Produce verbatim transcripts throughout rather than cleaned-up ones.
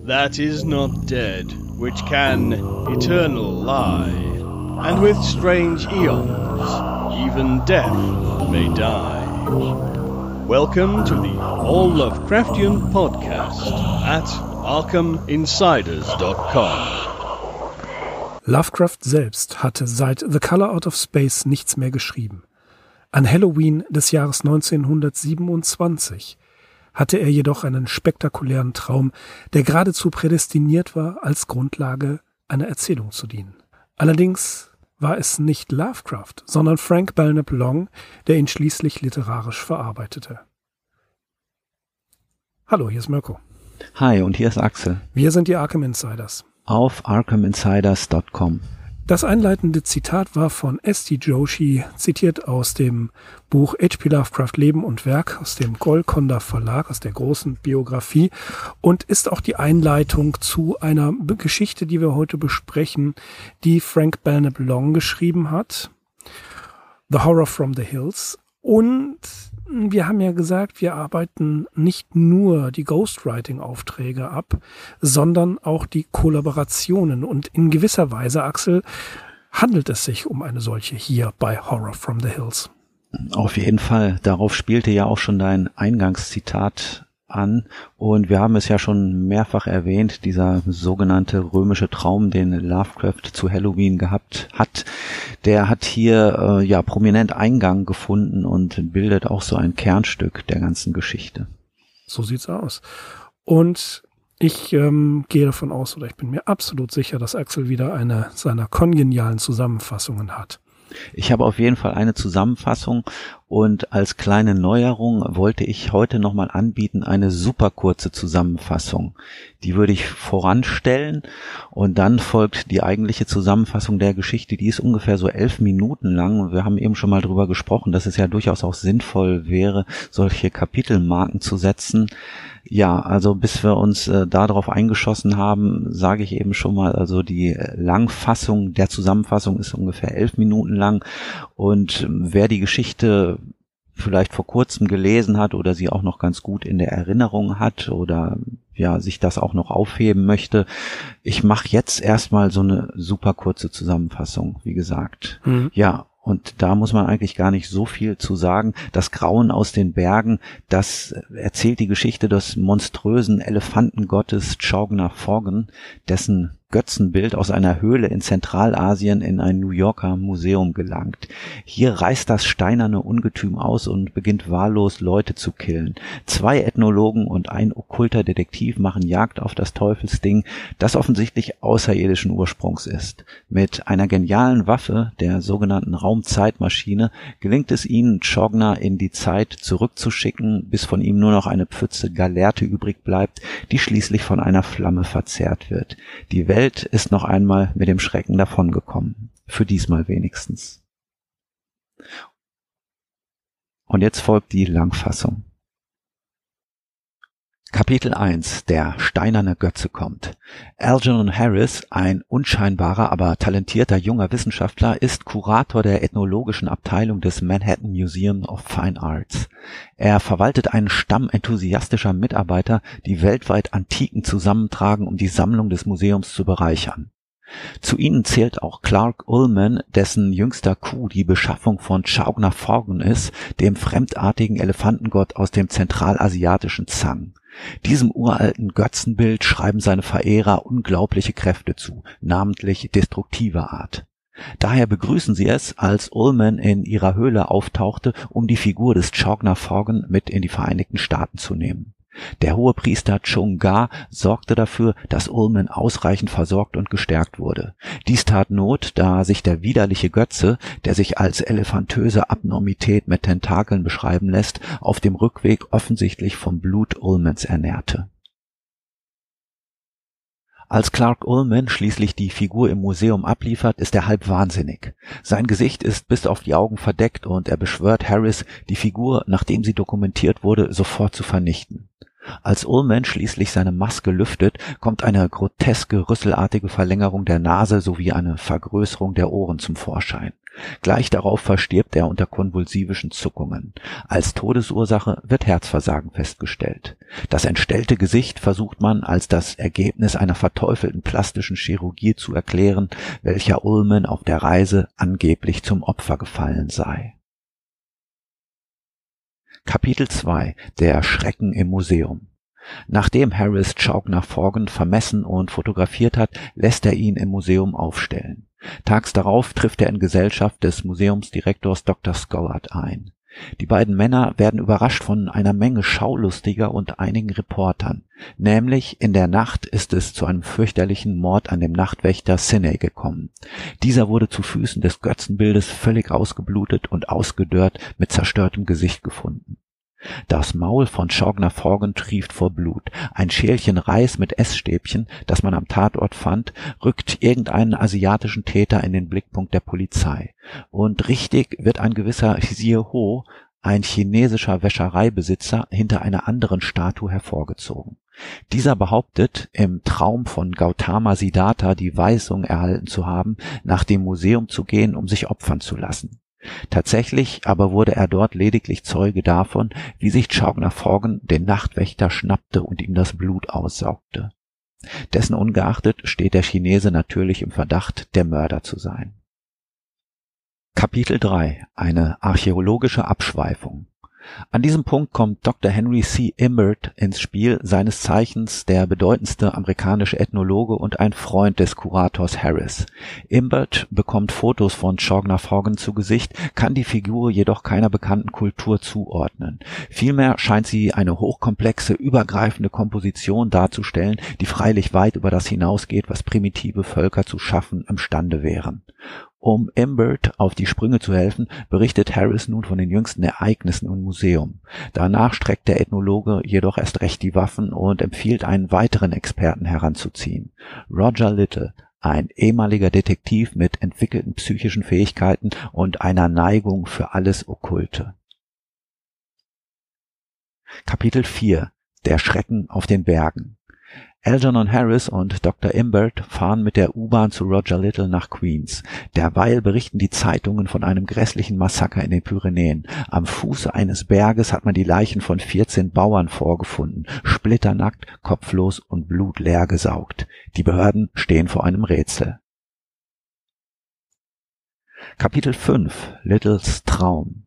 that is not dead, which can eternal lie, and with strange eons, even death may die. Welcome to the All Lovecraftian Podcast at arkham insiders dot com. Lovecraft selbst hatte seit The Color Out of Space nichts mehr geschrieben. An Halloween des Jahres neunzehnhundertsiebenundzwanzig hatte er jedoch einen spektakulären Traum, der geradezu prädestiniert war, als Grundlage einer Erzählung zu dienen. Allerdings war es nicht Lovecraft, sondern Frank Belknap Long, der ihn schließlich literarisch verarbeitete. Hallo, hier ist Mirko. Hi, und hier ist Axel. Wir sind die Arkham Insiders. Auf arkham insiders dot com. Das einleitende Zitat war von S T Joshi, zitiert aus dem Buch H P Lovecraft Leben und Werk aus dem Golconda Verlag, aus der großen Biografie, und ist auch die Einleitung zu einer Geschichte, die wir heute besprechen, die Frank Belknap Long geschrieben hat, The Horror from the Hills. Und wir haben ja gesagt, wir arbeiten nicht nur die Ghostwriting-Aufträge ab, sondern auch die Kollaborationen. Und in gewisser Weise, Axel, handelt es sich um eine solche hier bei Horror from the Hills. Auf jeden Fall. Darauf spielte ja auch schon dein Eingangszitat an. Und wir haben es ja schon mehrfach erwähnt, dieser sogenannte römische Traum, den Lovecraft zu Halloween gehabt hat, der hat hier äh, ja prominent Eingang gefunden und bildet auch so ein Kernstück der ganzen Geschichte. So sieht's aus. Und ich ähm, gehe davon aus, oder ich bin mir absolut sicher, dass Axel wieder eine seiner kongenialen Zusammenfassungen hat. Ich habe auf jeden Fall eine Zusammenfassung, und als kleine Neuerung wollte ich heute nochmal anbieten eine super kurze Zusammenfassung. Die würde ich voranstellen, und dann folgt die eigentliche Zusammenfassung der Geschichte. Die ist ungefähr so elf Minuten lang. Wir haben eben schon mal drüber gesprochen, dass es ja durchaus auch sinnvoll wäre, solche Kapitelmarken zu setzen. Ja, also bis wir uns äh, darauf eingeschossen haben, sage ich eben schon mal, also die Langfassung der Zusammenfassung ist ungefähr elf Minuten lang, und äh, wer die Geschichte vielleicht vor kurzem gelesen hat oder sie auch noch ganz gut in der Erinnerung hat oder ja sich das auch noch aufheben möchte, ich mache jetzt erstmal so eine super kurze Zusammenfassung, wie gesagt. Mhm. Ja. Und da muss man eigentlich gar nicht so viel zu sagen. Das Grauen aus den Bergen, das erzählt die Geschichte des monströsen Elefantengottes Chogna Phorgon, dessen Götzenbild aus einer Höhle in Zentralasien in ein New Yorker Museum gelangt. Hier reißt das steinerne Ungetüm aus und beginnt wahllos Leute zu killen. Zwei Ethnologen und ein okkulter Detektiv machen Jagd auf das Teufelsding, das offensichtlich außerirdischen Ursprungs ist. Mit einer genialen Waffe, der sogenannten Raumzeitmaschine, gelingt es ihnen, Chogna in die Zeit zurückzuschicken, bis von ihm nur noch eine Pfütze Gallerte übrig bleibt, die schließlich von einer Flamme verzehrt wird. Die Welt ist noch einmal mit dem Schrecken davongekommen. Für diesmal wenigstens. Und jetzt folgt die Langfassung. Kapitel eins. Der steinerne Götze kommt. Algernon Harris, ein unscheinbarer, aber talentierter junger Wissenschaftler, ist Kurator der ethnologischen Abteilung des Manhattan Museum of Fine Arts. Er verwaltet einen Stamm enthusiastischer Mitarbeiter, die weltweit Antiken zusammentragen, um die Sammlung des Museums zu bereichern. Zu ihnen zählt auch Clark Ullman, dessen jüngster Coup die Beschaffung von Chogna Phorgon ist, dem fremdartigen Elefantengott aus dem zentralasiatischen Zhang. Diesem uralten Götzenbild schreiben seine Verehrer unglaubliche Kräfte zu, namentlich destruktiver Art. Daher begrüßen sie es, als Ullman in ihrer Höhle auftauchte, um die Figur des Chogna Phorgon mit in die Vereinigten Staaten zu nehmen. Der Hohepriester Chung Ga sorgte dafür, dass Ullman ausreichend versorgt und gestärkt wurde. Dies tat Not, da sich der widerliche Götze, der sich als elefantöse Abnormität mit Tentakeln beschreiben lässt, auf dem Rückweg offensichtlich vom Blut Ullmans ernährte. Als Clark Ullman schließlich die Figur im Museum abliefert, ist er halb wahnsinnig. Sein Gesicht ist bis auf die Augen verdeckt und er beschwört Harris, die Figur, nachdem sie dokumentiert wurde, sofort zu vernichten. Als Ullman schließlich seine Maske lüftet, kommt eine groteske, rüsselartige Verlängerung der Nase sowie eine Vergrößerung der Ohren zum Vorschein. Gleich darauf verstirbt er unter konvulsivischen Zuckungen. Als Todesursache wird Herzversagen festgestellt. Das entstellte Gesicht versucht man als das Ergebnis einer verteufelten plastischen Chirurgie zu erklären, welcher Ullman auf der Reise angeblich zum Opfer gefallen sei. Kapitel zwei. Der Schrecken im Museum. Nachdem Harris Chawkner-Forgan vermessen und fotografiert hat, lässt er ihn im Museum aufstellen. Tags darauf trifft er in Gesellschaft des Museumsdirektors Doktor Scollard ein. Die beiden Männer werden überrascht von einer Menge Schaulustiger und einigen Reportern. Nämlich in der Nacht ist es zu einem fürchterlichen Mord an dem Nachtwächter Sinney gekommen. Dieser wurde zu Füßen des Götzenbildes völlig ausgeblutet und ausgedörrt mit zerstörtem Gesicht gefunden. Das Maul von Chawkner-Forgan trieft vor Blut. Ein Schälchen Reis mit Essstäbchen, das man am Tatort fand, rückt irgendeinen asiatischen Täter in den Blickpunkt der Polizei. Und richtig wird ein gewisser Xie Ho, ein chinesischer Wäschereibesitzer, hinter einer anderen Statue hervorgezogen. Dieser behauptet, im Traum von Gautama Siddhartha die Weisung erhalten zu haben, nach dem Museum zu gehen, um sich opfern zu lassen. Tatsächlich aber wurde er dort lediglich Zeuge davon, wie sich Chawkner-Forgan den Nachtwächter schnappte und ihm das Blut aussaugte. Dessen ungeachtet steht der Chinese natürlich im Verdacht, der Mörder zu sein. Kapitel drei. Eine archäologische Abschweifung. An diesem Punkt kommt Doktor Henry C. Imbert ins Spiel, seines Zeichens der bedeutendste amerikanische Ethnologe und ein Freund des Kurators Harris. Imbert bekommt Fotos von Chawkner-Forgan zu Gesicht, kann die Figur jedoch keiner bekannten Kultur zuordnen. Vielmehr scheint sie eine hochkomplexe, übergreifende Komposition darzustellen, die freilich weit über das hinausgeht, was primitive Völker zu schaffen imstande wären. Um Imbert auf die Sprünge zu helfen, berichtet Harris nun von den jüngsten Ereignissen im Museum. Danach streckt der Ethnologe jedoch erst recht die Waffen und empfiehlt, einen weiteren Experten heranzuziehen. Roger Little, ein ehemaliger Detektiv mit entwickelten psychischen Fähigkeiten und einer Neigung für alles Okkulte. Kapitel vier. Der Schrecken auf den Bergen. Algernon Harris und Doktor Imbert fahren mit der U-Bahn zu Roger Little nach Queens. Derweil berichten die Zeitungen von einem grässlichen Massaker in den Pyrenäen. Am Fuße eines Berges hat man die Leichen von vierzehn Bauern vorgefunden, splitternackt, kopflos und blutleer gesaugt. Die Behörden stehen vor einem Rätsel. Kapitel fünf. Littles Traum.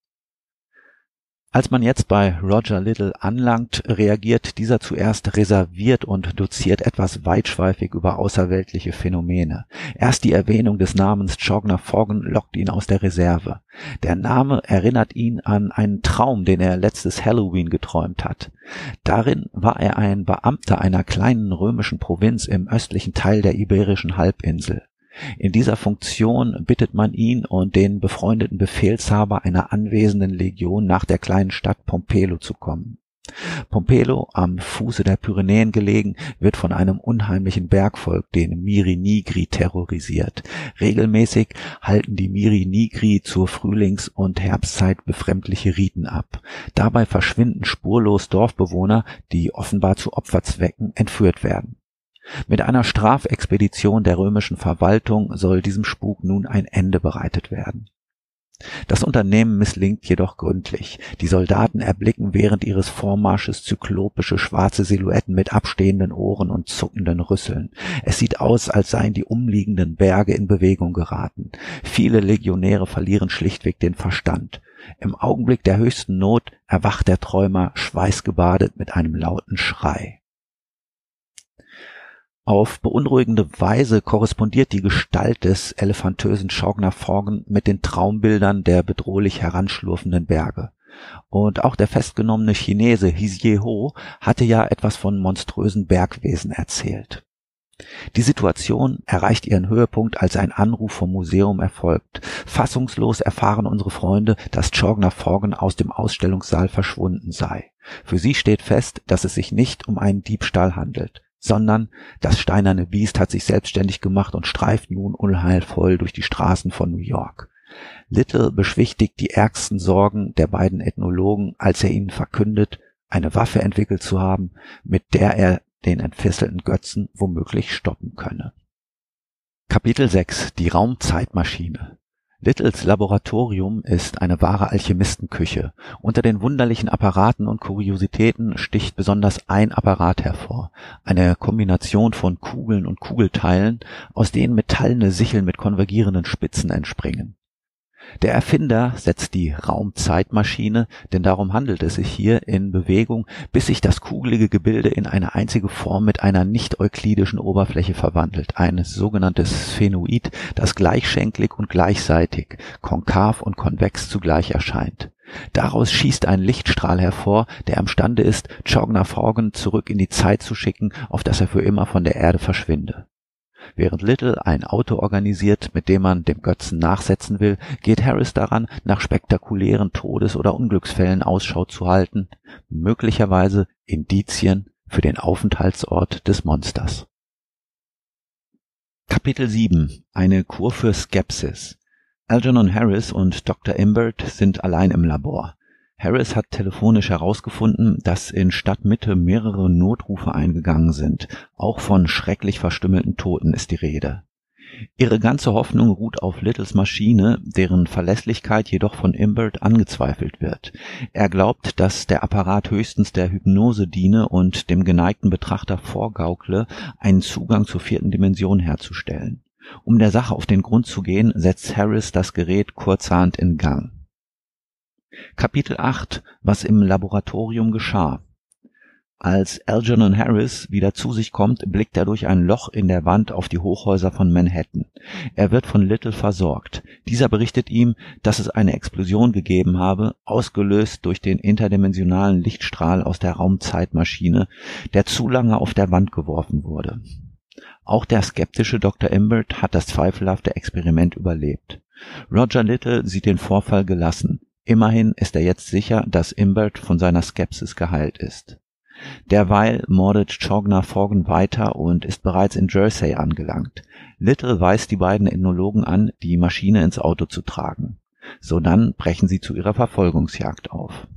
Als man jetzt bei Roger Little anlangt, reagiert dieser zuerst reserviert und doziert etwas weitschweifig über außerweltliche Phänomene. Erst die Erwähnung des Namens Chawkner-Forgan lockt ihn aus der Reserve. Der Name erinnert ihn an einen Traum, den er letztes Halloween geträumt hat. Darin war er ein Beamter einer kleinen römischen Provinz im östlichen Teil der Iberischen Halbinsel. In dieser Funktion bittet man ihn und den befreundeten Befehlshaber einer anwesenden Legion nach der kleinen Stadt Pompelo zu kommen. Pompelo, am Fuße der Pyrenäen gelegen, wird von einem unheimlichen Bergvolk, den Miri Nigri, terrorisiert. Regelmäßig halten die Miri Nigri zur Frühlings- und Herbstzeit befremdliche Riten ab. Dabei verschwinden spurlos Dorfbewohner, die offenbar zu Opferzwecken entführt werden. Mit einer Strafexpedition der römischen Verwaltung soll diesem Spuk nun ein Ende bereitet werden. Das Unternehmen misslingt jedoch gründlich. Die Soldaten erblicken während ihres Vormarsches zyklopische schwarze Silhouetten mit abstehenden Ohren und zuckenden Rüsseln. Es sieht aus, als seien die umliegenden Berge in Bewegung geraten. Viele Legionäre verlieren schlichtweg den Verstand. Im Augenblick der höchsten Not erwacht der Träumer schweißgebadet mit einem lauten Schrei. Auf beunruhigende Weise korrespondiert die Gestalt des elefantösen Chawkner-Forgan mit den Traumbildern der bedrohlich heranschlurfenden Berge. Und auch der festgenommene Chinese Xie Ho hatte ja etwas von monströsen Bergwesen erzählt. Die Situation erreicht ihren Höhepunkt, als ein Anruf vom Museum erfolgt. Fassungslos erfahren unsere Freunde, dass Chawkner-Forgan aus dem Ausstellungssaal verschwunden sei. Für sie steht fest, dass es sich nicht um einen Diebstahl handelt, sondern das steinerne Biest hat sich selbstständig gemacht und streift nun unheilvoll durch die Straßen von New York. Little beschwichtigt die ärgsten Sorgen der beiden Ethnologen, als er ihnen verkündet, eine Waffe entwickelt zu haben, mit der er den entfesselten Götzen womöglich stoppen könne. Kapitel sechs. Die Raumzeitmaschine. Littles Laboratorium ist eine wahre Alchemistenküche. Unter den wunderlichen Apparaten und Kuriositäten sticht besonders ein Apparat hervor. Eine Kombination von Kugeln und Kugelteilen, aus denen metallene Sicheln mit konvergierenden Spitzen entspringen. Der Erfinder setzt die Raumzeitmaschine, denn darum handelt es sich hier, in Bewegung, bis sich das kugelige Gebilde in eine einzige Form mit einer nicht-euklidischen Oberfläche verwandelt, ein sogenanntes Sphenoid, das gleichschenklig und gleichseitig, konkav und konvex zugleich erscheint. Daraus schießt ein Lichtstrahl hervor, der imstande ist, Chognar-Forgan zurück in die Zeit zu schicken, auf dass er für immer von der Erde verschwinde. Während Little ein Auto organisiert, mit dem man dem Götzen nachsetzen will, geht Harris daran, nach spektakulären Todes- oder Unglücksfällen Ausschau zu halten, möglicherweise Indizien für den Aufenthaltsort des Monsters. Kapitel sieben. Eine Kur für Skepsis. Algernon Harris und Doktor Imbert sind allein im Labor. Harris hat telefonisch herausgefunden, dass in Stadtmitte mehrere Notrufe eingegangen sind. Auch von schrecklich verstümmelten Toten ist die Rede. Ihre ganze Hoffnung ruht auf Littles Maschine, deren Verlässlichkeit jedoch von Imbert angezweifelt wird. Er glaubt, dass der Apparat höchstens der Hypnose diene und dem geneigten Betrachter vorgaukle, einen Zugang zur vierten Dimension herzustellen. Um der Sache auf den Grund zu gehen, setzt Harris das Gerät kurzerhand in Gang. Kapitel acht. Was im Laboratorium geschah. Als Algernon Harris wieder zu sich kommt, blickt er durch ein Loch in der Wand auf die Hochhäuser von Manhattan. Er wird von Little versorgt. Dieser berichtet ihm, dass es eine Explosion gegeben habe, ausgelöst durch den interdimensionalen Lichtstrahl aus der Raumzeitmaschine, der zu lange auf der Wand geworfen wurde. Auch der skeptische Doktor Imbert hat das zweifelhafte Experiment überlebt. Roger Little sieht den Vorfall gelassen. Immerhin ist er jetzt sicher, dass Imbert von seiner Skepsis geheilt ist. Derweil mordet Chognar-Forgan weiter und ist bereits in Jersey angelangt. Little weist die beiden Ethnologen an, die Maschine ins Auto zu tragen. Sodann brechen sie zu ihrer Verfolgungsjagd auf.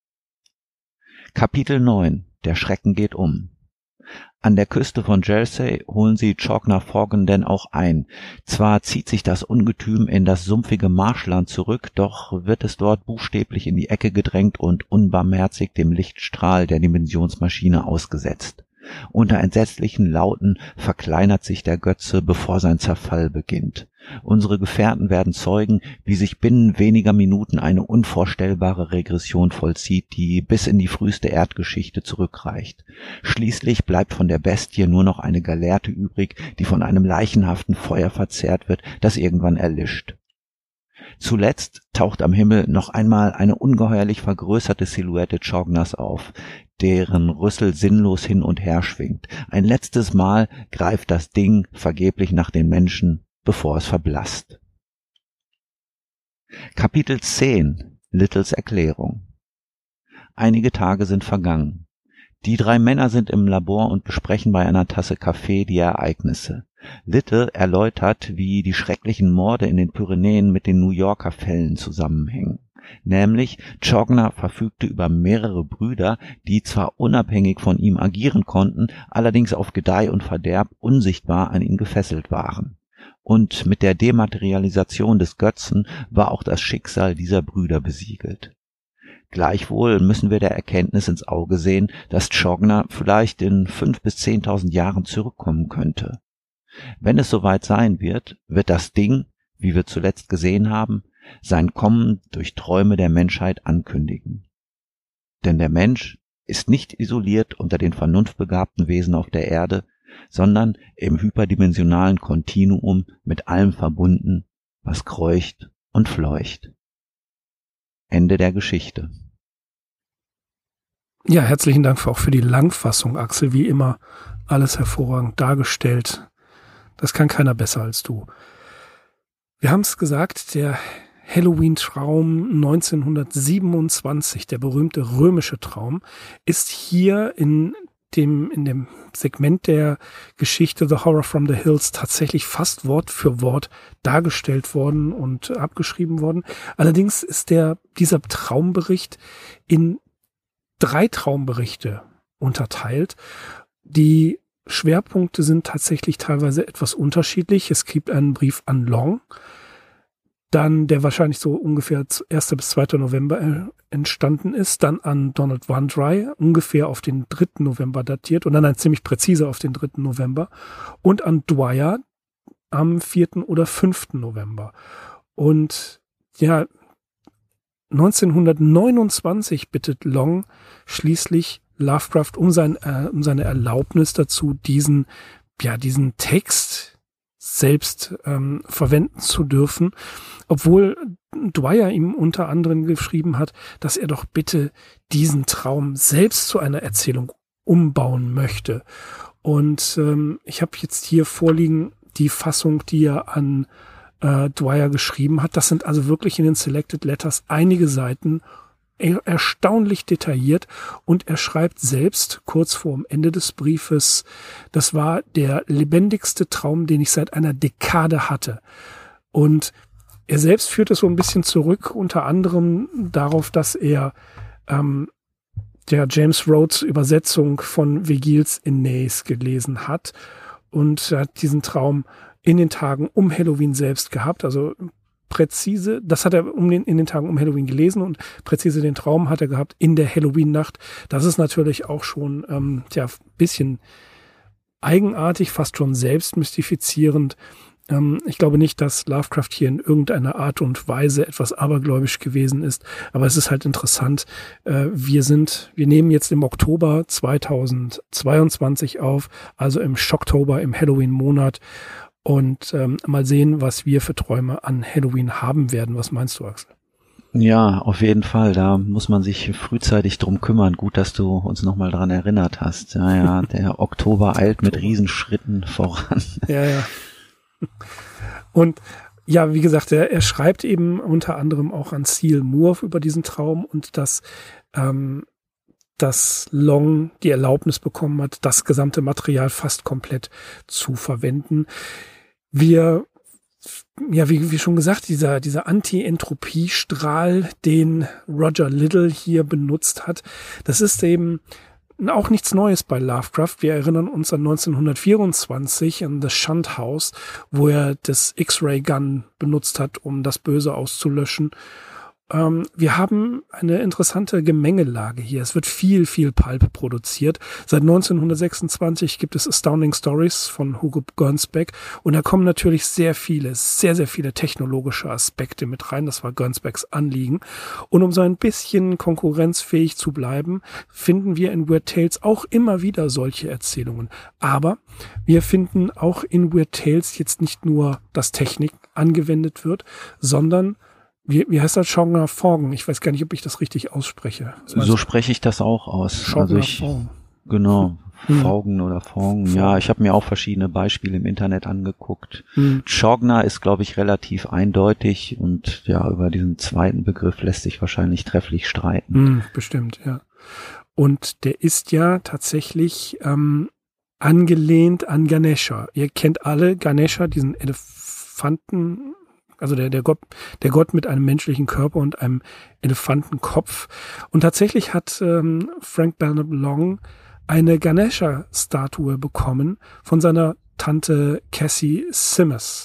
Kapitel neun. Der Schrecken geht um. An der Küste von Jersey holen sie Chognar-Forgan denn auch ein. Zwar zieht sich das Ungetüm in das sumpfige Marschland zurück, doch wird es dort buchstäblich in die Ecke gedrängt und unbarmherzig dem Lichtstrahl der Dimensionsmaschine ausgesetzt. Unter entsetzlichen Lauten verkleinert sich der Götze, bevor sein Zerfall beginnt. Unsere Gefährten werden Zeugen, wie sich binnen weniger Minuten eine unvorstellbare Regression vollzieht, die bis in die früheste Erdgeschichte zurückreicht. Schließlich bleibt von der Bestie nur noch eine Galeerte übrig, die von einem leichenhaften Feuer verzehrt wird, das irgendwann erlischt. Zuletzt taucht am Himmel noch einmal eine ungeheuerlich vergrößerte Silhouette Chognars auf, deren Rüssel sinnlos hin und her schwingt. Ein letztes Mal greift das Ding vergeblich nach den Menschen, bevor es verblasst. Kapitel zehn. Littles Erklärung. Einige Tage sind vergangen. Die drei Männer sind im Labor und besprechen bei einer Tasse Kaffee die Ereignisse. Little erläutert, wie die schrecklichen Morde in den Pyrenäen mit den New Yorker Fällen zusammenhängen. Nämlich, Chognar verfügte über mehrere Brüder, die zwar unabhängig von ihm agieren konnten, allerdings auf Gedeih und Verderb unsichtbar an ihn gefesselt waren. Und mit der Dematerialisation des Götzen war auch das Schicksal dieser Brüder besiegelt. Gleichwohl müssen wir der Erkenntnis ins Auge sehen, dass Chognar vielleicht in fünf bis zehntausend Jahren zurückkommen könnte. Wenn es soweit sein wird, wird das Ding, wie wir zuletzt gesehen haben, sein Kommen durch Träume der Menschheit ankündigen. Denn der Mensch ist nicht isoliert unter den vernunftbegabten Wesen auf der Erde, sondern im hyperdimensionalen Kontinuum mit allem verbunden, was kreucht und fleucht. Ende der Geschichte. Ja, herzlichen Dank auch für die Langfassung, Axel. Wie immer alles hervorragend dargestellt. Das kann keiner besser als du. Wir haben es gesagt, der Halloween-Traum neunzehnhundertsiebenundzwanzig, der berühmte römische Traum, ist hier in dem, in dem Segment der Geschichte The Horror from the Hills tatsächlich fast Wort für Wort dargestellt worden und abgeschrieben worden. Allerdings ist der, dieser Traumbericht in drei Traumberichte unterteilt. Die Schwerpunkte sind tatsächlich teilweise etwas unterschiedlich. Es gibt einen Brief an Long, dann der wahrscheinlich so ungefähr erster bis zweiter November entstanden ist, dann an Donald Wandrei, ungefähr auf den dritten November datiert und dann ein ziemlich präziser auf den dritten November und an Dwyer am vierten oder fünften November. Und ja, neunzehnhundertneunundzwanzig bittet Long schließlich Lovecraft um, sein, äh, um seine Erlaubnis dazu, diesen, ja, diesen Text selbst ähm, verwenden zu dürfen, obwohl Dwyer ihm unter anderem geschrieben hat, dass er doch bitte diesen Traum selbst zu einer Erzählung umbauen möchte. Und ähm, ich habe jetzt hier vorliegen die Fassung, die er an äh, Dwyer geschrieben hat. Das sind also wirklich in den Selected Letters einige Seiten, er, erstaunlich detailliert, und er schreibt selbst kurz vor dem Ende des Briefes: Das war der lebendigste Traum, den ich seit einer Dekade hatte. Und er selbst führt es so ein bisschen zurück, unter anderem darauf, dass er ähm, der James Rhodes Übersetzung von Virgils Aeneis gelesen hat, und er hat diesen Traum in den Tagen um Halloween selbst gehabt, also präzise, das hat er um den, in den Tagen um Halloween gelesen, und präzise den Traum hat er gehabt in der Halloween-Nacht. Das ist natürlich auch schon ähm, ja, ein bisschen eigenartig, fast schon selbstmystifizierend. Ähm, ich glaube nicht, dass Lovecraft hier in irgendeiner Art und Weise etwas abergläubisch gewesen ist, aber es ist halt interessant. Äh, wir sind, wir nehmen jetzt im Oktober zweitausendzweiundzwanzig auf, also im Schocktober, im Halloween-Monat. Und ähm, mal sehen, was wir für Träume an Halloween haben werden. Was meinst du, Axel? Ja, auf jeden Fall. Da muss man sich frühzeitig drum kümmern. Gut, dass du uns nochmal dran erinnert hast. Ja, ja, der Oktober eilt mit Riesenschritten voran. Ja, ja. Und ja, wie gesagt, er, er schreibt eben unter anderem auch an Cecil Moore über diesen Traum, und dass ähm, dass Long die Erlaubnis bekommen hat, das gesamte Material fast komplett zu verwenden. Wir, ja, wie, wie schon gesagt, dieser, dieser Anti-Entropie-Strahl, den Roger Liddell hier benutzt hat, das ist eben auch nichts Neues bei Lovecraft. Wir erinnern uns an neunzehnhundertvierundzwanzig, an das Shunt House, wo er das X-Ray-Gun benutzt hat, um das Böse auszulöschen. Ähm, wir haben eine interessante Gemengelage hier. Es wird viel, viel Pulp produziert. Seit neunzehnhundertsechsundzwanzig gibt es Astounding Stories von Hugo Gernsback, und da kommen natürlich sehr viele, sehr, sehr viele technologische Aspekte mit rein. Das war Gernsbacks Anliegen. Und um so ein bisschen konkurrenzfähig zu bleiben, finden wir in Weird Tales auch immer wieder solche Erzählungen. Aber wir finden auch in Weird Tales jetzt nicht nur, dass Technik angewendet wird, sondern Wie, wie heißt das? Shogna Forgen. Ich weiß gar nicht, ob ich das richtig ausspreche. So spreche ich das auch aus. Shogna also ich, Forgen. Genau. Forgen hm. oder Forgen. Forgen. Ja, ich habe mir auch verschiedene Beispiele im Internet angeguckt. Hm. Shogna ist, glaube ich, relativ eindeutig, und ja, über diesen zweiten Begriff lässt sich wahrscheinlich trefflich streiten. Hm, bestimmt, ja. Und der ist ja tatsächlich ähm, angelehnt an Ganesha. Ihr kennt alle Ganesha, diesen Elefanten, also der, der Gott, der Gott mit einem menschlichen Körper und einem Elefantenkopf. Und tatsächlich hat ähm, Frank Belknap Long eine Ganesha-Statue bekommen von seiner Tante Cassie Simmers.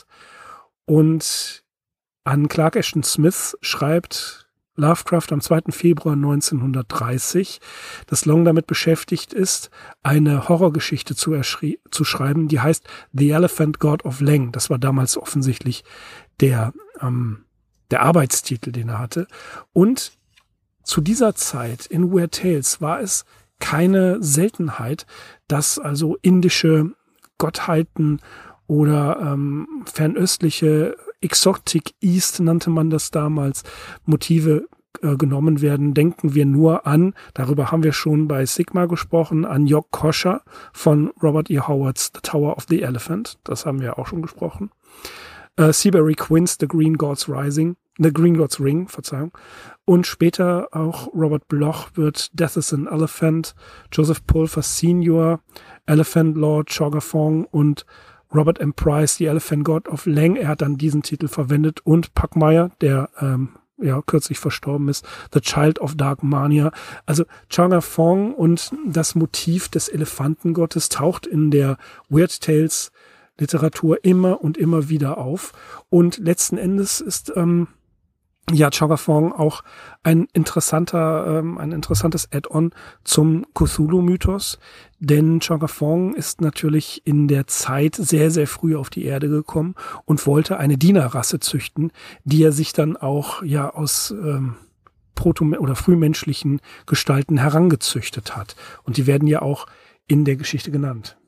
Und an Clark Ashton Smith schreibt Lovecraft am zweiten Februar neunzehnhundertdreißig, dass Long damit beschäftigt ist, eine Horrorgeschichte zu, erschri- zu schreiben, die heißt The Elephant God of Leng. Das war damals offensichtlich der, ähm, der Arbeitstitel, den er hatte. Und zu dieser Zeit in Weird Tales war es keine Seltenheit, dass also indische Gottheiten oder ähm, fernöstliche Exotic East nannte man das damals, Motive äh, genommen werden. Denken wir nur an, darüber haben wir schon bei Sigma gesprochen, an Yog Kosha von Robert E. Howards The Tower of the Elephant. Das haben wir auch schon gesprochen. Äh, Seabury Quinns The Green Gods Rising, The Green Gods Ring, Verzeihung. Und später auch Robert Bloch wird Death is an Elephant, Joseph Pulver Senior, Elephant Lord, Chogha Fong und Robert M. Price, The Elephant God of Leng. Er hat dann diesen Titel verwendet, und Puckmeyer, der ähm, ja kürzlich verstorben ist, The Child of Dark Mania. Also Chogha Fong und das Motiv des Elefantengottes taucht in der Weird Tales Literatur immer und immer wieder auf. Und letzten Endes ist ähm, ja Choggafong auch ein interessanter, ähm, ein interessantes Add-on zum Cthulhu-Mythos, denn Choggafong ist natürlich in der Zeit sehr, sehr früh auf die Erde gekommen und wollte eine Dienerrasse züchten, die er sich dann auch ja aus ähm, proto- oder frühmenschlichen Gestalten herangezüchtet hat. Und die werden ja auch in der Geschichte genannt.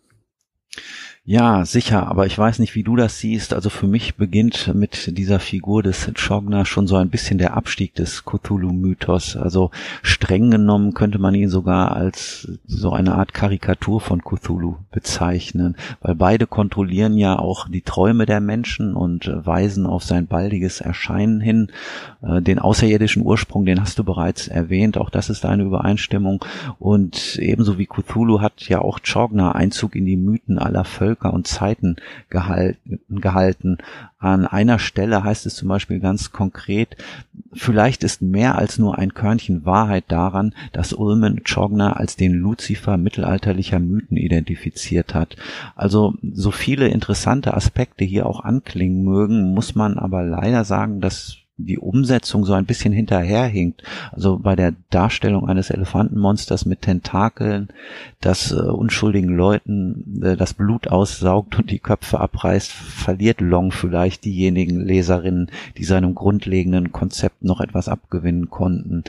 Ja, sicher, aber ich weiß nicht, wie du das siehst. Also für mich beginnt mit dieser Figur des Chogna schon so ein bisschen der Abstieg des Cthulhu-Mythos. Also streng genommen könnte man ihn sogar als so eine Art Karikatur von Cthulhu bezeichnen, weil beide kontrollieren ja auch die Träume der Menschen und weisen auf sein baldiges Erscheinen hin. Den außerirdischen Ursprung, den hast du bereits erwähnt, auch das ist eine Übereinstimmung. Und ebenso wie Cthulhu hat ja auch Chogna Einzug in die Mythen aller Völker und Zeiten gehalten, gehalten. An einer Stelle heißt es zum Beispiel ganz konkret, vielleicht ist mehr als nur ein Körnchen Wahrheit daran, dass Ullman Chogna als den Luzifer mittelalterlicher Mythen identifiziert hat. Also so viele interessante Aspekte hier auch anklingen mögen, muss man aber leider sagen, dass die Umsetzung so ein bisschen hinterherhinkt. Also bei der Darstellung eines Elefantenmonsters mit Tentakeln, das äh, unschuldigen Leuten äh, das Blut aussaugt und die Köpfe abreißt, verliert Long vielleicht diejenigen Leserinnen, die seinem grundlegenden Konzept noch etwas abgewinnen konnten.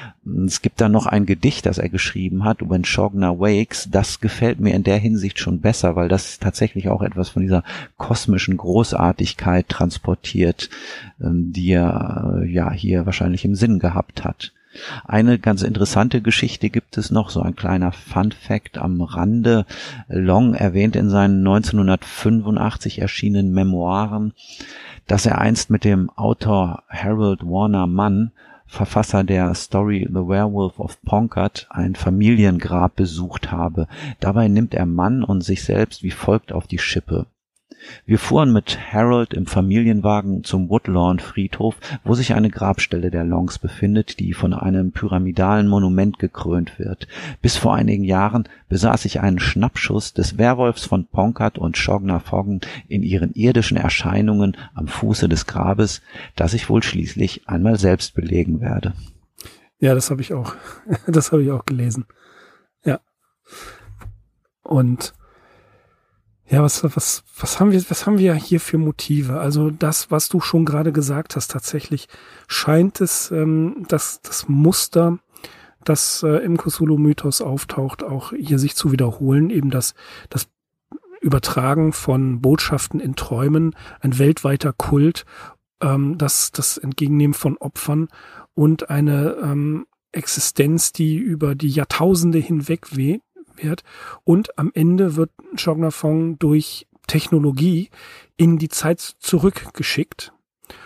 Es gibt da noch ein Gedicht, das er geschrieben hat, When Chogna Wakes. Das gefällt mir in der Hinsicht schon besser, weil das tatsächlich auch etwas von dieser kosmischen Großartigkeit transportiert, die er ja hier wahrscheinlich im Sinn gehabt hat. Eine ganz interessante Geschichte gibt es noch, so ein kleiner Fun-Fact am Rande. Long erwähnt in seinen neunzehnhundertfünfundachtzig erschienenen Memoiren, dass er einst mit dem Autor Harold Warner Munn, Verfasser der Story The Werewolf of Ponkert, ein Familiengrab besucht habe. Dabei nimmt er Mann und sich selbst wie folgt auf die Schippe. Wir fuhren mit Harold im Familienwagen zum Woodlawn-Friedhof, wo sich eine Grabstelle der Longs befindet, die von einem pyramidalen Monument gekrönt wird. Bis vor einigen Jahren besaß ich einen Schnappschuss des Werwolfs von Ponkert und Chogna Foggen in ihren irdischen Erscheinungen am Fuße des Grabes, das ich wohl schließlich einmal selbst belegen werde. Ja, das habe ich auch. Das habe ich auch gelesen. Ja. Und ja, was, was, was haben wir, was haben wir hier für Motive? Also das, was du schon gerade gesagt hast, tatsächlich scheint es, ähm, dass das Muster, das äh, im Cthulhu-Mythos auftaucht, auch hier sich zu wiederholen, eben das, das Übertragen von Botschaften in Träumen, ein weltweiter Kult, ähm, das, das Entgegennehmen von Opfern und eine ähm, Existenz, die über die Jahrtausende hinweg weht. Wird. Und am Ende wird Chognafong durch Technologie in die Zeit zurückgeschickt.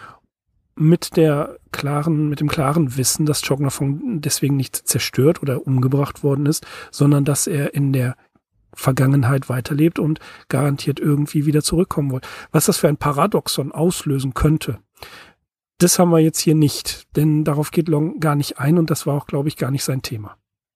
Mit der klaren, mit dem klaren Wissen, dass Chognafong deswegen nicht zerstört oder umgebracht worden ist, sondern dass er in der Vergangenheit weiterlebt und garantiert irgendwie wieder zurückkommen wird. Was das für ein Paradoxon auslösen könnte, das haben wir jetzt hier nicht, denn darauf geht Long gar nicht ein und das war auch, glaube ich, gar nicht sein Thema.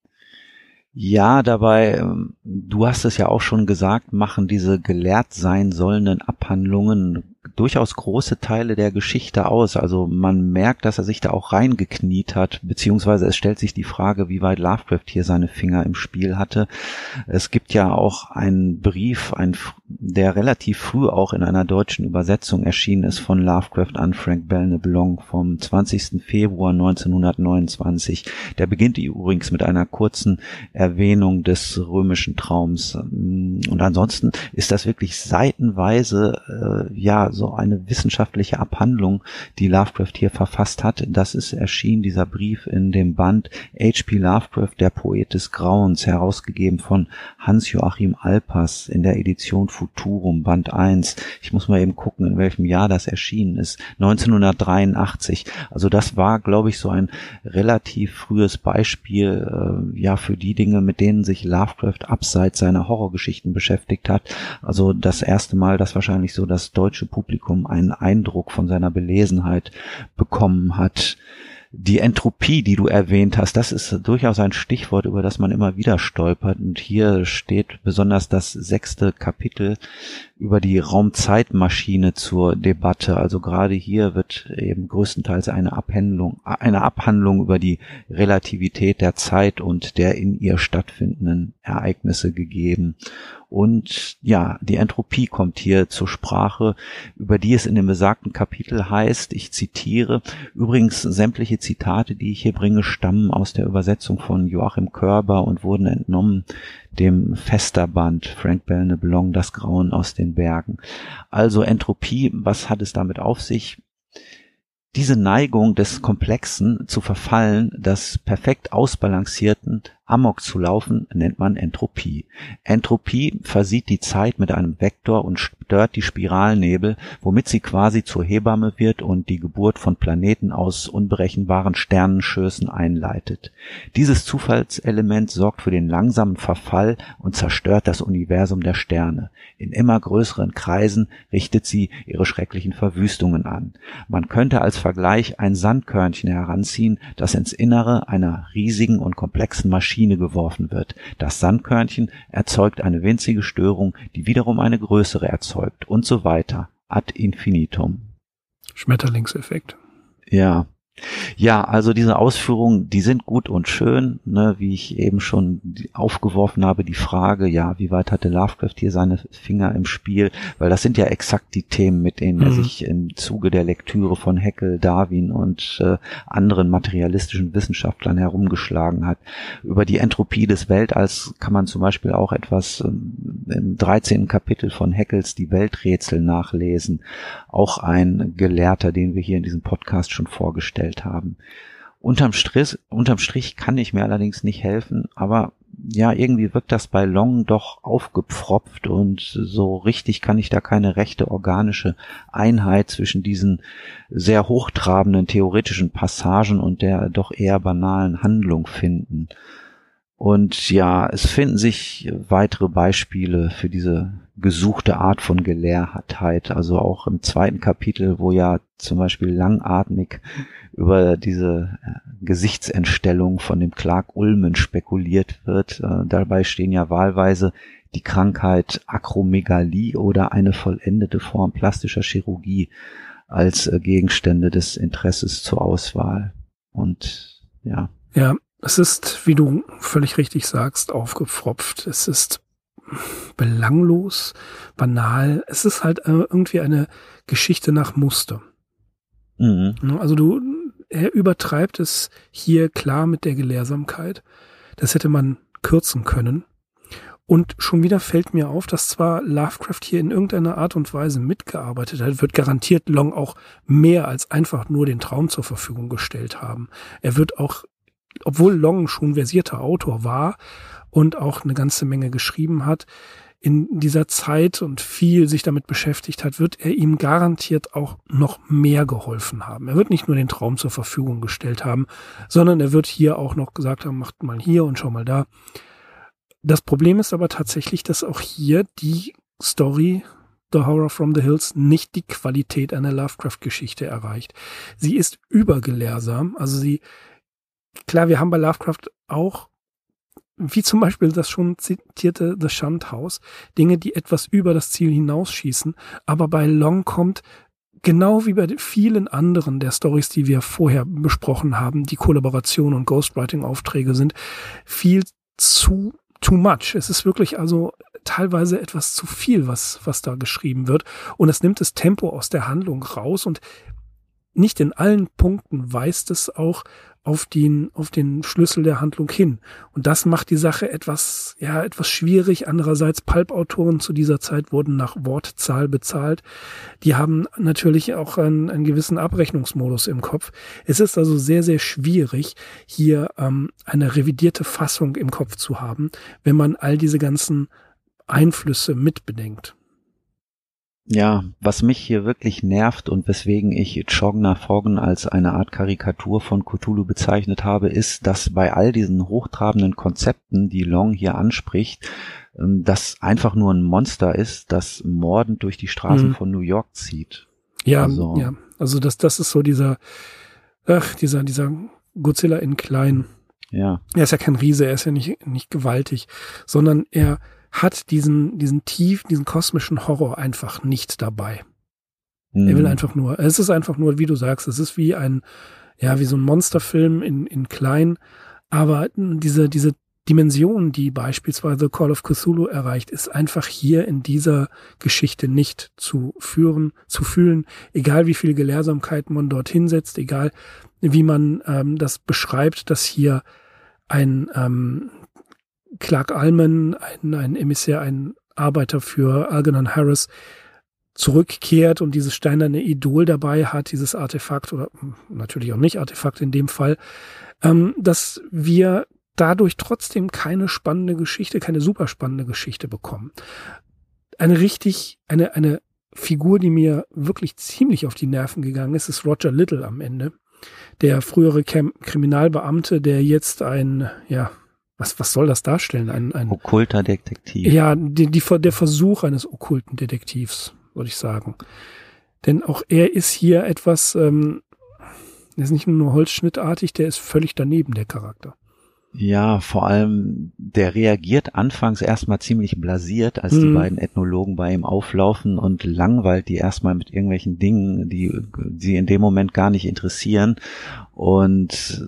Ja, dabei, du hast es ja auch schon gesagt, machen diese gelehrt sein sollenden Abhandlungen durchaus große Teile der Geschichte aus. Also man merkt, dass er sich da auch reingekniet hat, beziehungsweise es stellt sich die Frage, wie weit Lovecraft hier seine Finger im Spiel hatte. Es gibt ja auch einen Brief, ein, der relativ früh auch in einer deutschen Übersetzung erschienen ist von Lovecraft an Frank Belknap Long vom zwanzigsten Februar neunzehnhundertneunundzwanzig. Der beginnt übrigens mit einer kurzen Erwähnung des römischen Traums. Und ansonsten ist das wirklich seitenweise, äh, ja, so eine wissenschaftliche Abhandlung, die Lovecraft hier verfasst hat. Das ist erschienen, dieser Brief, in dem Band H P Lovecraft, der Poet des Grauens, herausgegeben von Hans-Joachim Alpers in der Edition Futurum, Band eins. Ich muss mal eben gucken, in welchem Jahr das erschienen ist. neunzehnhundertdreiundachtzig. Also das war, glaube ich, so ein relativ frühes Beispiel, äh, ja, für die Dinge, mit denen sich Lovecraft abseits seiner Horrorgeschichten beschäftigt hat. Also das erste Mal, dass wahrscheinlich so das deutsche Publikum einen Eindruck von seiner Belesenheit bekommen hat. Die Entropie, die du erwähnt hast, das ist durchaus ein Stichwort, über das man immer wieder stolpert. Und hier steht besonders das sechste Kapitel über die Raumzeitmaschine zur Debatte. Also gerade hier wird eben größtenteils eine Abhandlung, eine Abhandlung über die Relativität der Zeit und der in ihr stattfindenden Ereignisse gegeben. Und ja, die Entropie kommt hier zur Sprache, über die es in dem besagten Kapitel heißt, ich zitiere, übrigens sämtliche Zitate, die ich hier bringe, stammen aus der Übersetzung von Joachim Körber und wurden entnommen dem Festerband Frank Belknap, Das Grauen aus den Bergen. Also Entropie, was hat es damit auf sich? Diese Neigung des Komplexen zu verfallen, das perfekt ausbalancierten Amok zu laufen, nennt man Entropie. Entropie versieht die Zeit mit einem Vektor und stört die Spiralnebel, womit sie quasi zur Hebamme wird und die Geburt von Planeten aus unberechenbaren Sternenschößen einleitet. Dieses Zufallselement sorgt für den langsamen Verfall und zerstört das Universum der Sterne. In immer größeren Kreisen richtet sie ihre schrecklichen Verwüstungen an. Man könnte als Vergleich ein Sandkörnchen heranziehen, das ins Innere einer riesigen und komplexen Maschine geworfen wird. Das Sandkörnchen erzeugt eine winzige Störung, die wiederum eine größere erzeugt und so weiter. Ad infinitum. Schmetterlingseffekt. Ja. Ja, also diese Ausführungen, die sind gut und schön, ne, wie ich eben schon aufgeworfen habe, die Frage, ja, wie weit hatte Lovecraft hier seine Finger im Spiel, weil das sind ja exakt die Themen, mit denen mhm. er sich im Zuge der Lektüre von Haeckel, Darwin und äh, anderen materialistischen Wissenschaftlern herumgeschlagen hat. Über die Entropie des Weltalls kann man zum Beispiel auch etwas ähm, im dreizehnten Kapitel von Haeckels Die Welträtsel nachlesen, auch ein Gelehrter, den wir hier in diesem Podcast schon vorgestellt haben. Unterm Strich, unterm Strich kann ich mir allerdings nicht helfen, aber ja, irgendwie wirkt das bei Long doch aufgepfropft und so richtig kann ich da keine rechte organische Einheit zwischen diesen sehr hochtrabenden theoretischen Passagen und der doch eher banalen Handlung finden. Und ja, es finden sich weitere Beispiele für diese gesuchte Art von Gelehrtheit, also auch im zweiten Kapitel, wo ja zum Beispiel langatmig über diese Gesichtsentstellung von dem Clark Ullman spekuliert wird. Dabei stehen ja wahlweise die Krankheit Akromegalie oder eine vollendete Form plastischer Chirurgie als Gegenstände des Interesses zur Auswahl. Und ja. Ja, es ist, wie du völlig richtig sagst, aufgepfropft. Es ist belanglos, banal. Es ist halt irgendwie eine Geschichte nach Muster. Mhm. Also du, er übertreibt es hier klar mit der Gelehrsamkeit. Das hätte man kürzen können. Und schon wieder fällt mir auf, dass zwar Lovecraft hier in irgendeiner Art und Weise mitgearbeitet hat, wird garantiert Long auch mehr als einfach nur den Traum zur Verfügung gestellt haben. Er wird auch, obwohl Long schon versierter Autor war und auch eine ganze Menge geschrieben hat, in dieser Zeit und viel sich damit beschäftigt hat, wird er ihm garantiert auch noch mehr geholfen haben. Er wird nicht nur den Traum zur Verfügung gestellt haben, sondern er wird hier auch noch gesagt haben, macht mal hier und schau mal da. Das Problem ist aber tatsächlich, dass auch hier die Story The Horror from the Hills nicht die Qualität einer Lovecraft-Geschichte erreicht. Sie ist übergelehrsam, also sie, klar, wir haben bei Lovecraft auch, wie zum Beispiel das schon zitierte The Shunt House, Dinge, die etwas über das Ziel hinausschießen, aber bei Long kommt, genau wie bei vielen anderen der Stories, die wir vorher besprochen haben, die Kollaboration und Ghostwriting-Aufträge sind, viel zu too much. Es ist wirklich also teilweise etwas zu viel, was, was da geschrieben wird. Und es nimmt das Tempo aus der Handlung raus und nicht in allen Punkten weist es auch auf den, auf den Schlüssel der Handlung hin. Und das macht die Sache etwas, ja, etwas schwierig. Andererseits, Pulp-Autoren zu dieser Zeit wurden nach Wortzahl bezahlt. Die haben natürlich auch einen, einen gewissen Abrechnungsmodus im Kopf. Es ist also sehr, sehr schwierig, hier ähm, eine revidierte Fassung im Kopf zu haben, wenn man all diese ganzen Einflüsse mitbedenkt. Ja, was mich hier wirklich nervt und weswegen ich Chogna Foggen als eine Art Karikatur von Cthulhu bezeichnet habe, ist, dass bei all diesen hochtrabenden Konzepten, die Long hier anspricht, das einfach nur ein Monster ist, das mordend durch die Straßen mhm. von New York zieht. Ja, also, ja. Also das, das ist so dieser, ach, dieser, dieser Godzilla in klein. Ja. Er ist ja kein Riese, er ist ja nicht, nicht gewaltig, sondern er hat diesen, diesen tiefen, diesen kosmischen Horror einfach nicht dabei. Mhm. Er will einfach nur, es ist einfach nur, wie du sagst, es ist wie ein, ja, wie so ein Monsterfilm in, in klein, aber diese, diese Dimension, die beispielsweise Call of Cthulhu erreicht, ist einfach hier in dieser Geschichte nicht zu führen, zu fühlen, egal wie viel Gelehrsamkeit man dorthin setzt, egal wie man ähm, das beschreibt, dass hier ein ähm, Clark Allman, ein, ein Emissär, ein Arbeiter für Algernon Harris zurückkehrt und dieses steinerne Idol dabei hat, dieses Artefakt oder natürlich auch nicht Artefakt in dem Fall, ähm, dass wir dadurch trotzdem keine spannende Geschichte, keine super spannende Geschichte bekommen. Eine richtig, eine, eine Figur, die mir wirklich ziemlich auf die Nerven gegangen ist, ist Roger Little am Ende. Der frühere Kem- Kriminalbeamte, der jetzt ein, ja, was, was soll das darstellen? Ein, ein okkulter Detektiv. Ja, die, die, der Versuch eines okkulten Detektivs, würde ich sagen. Denn auch er ist hier etwas, ähm, der ist nicht nur holzschnittartig, der ist völlig daneben, der Charakter. Ja, vor allem, der reagiert anfangs erstmal ziemlich blasiert, als mhm. die beiden Ethnologen bei ihm auflaufen und langweilt die erstmal mit irgendwelchen Dingen, die sie in dem Moment gar nicht interessieren. Und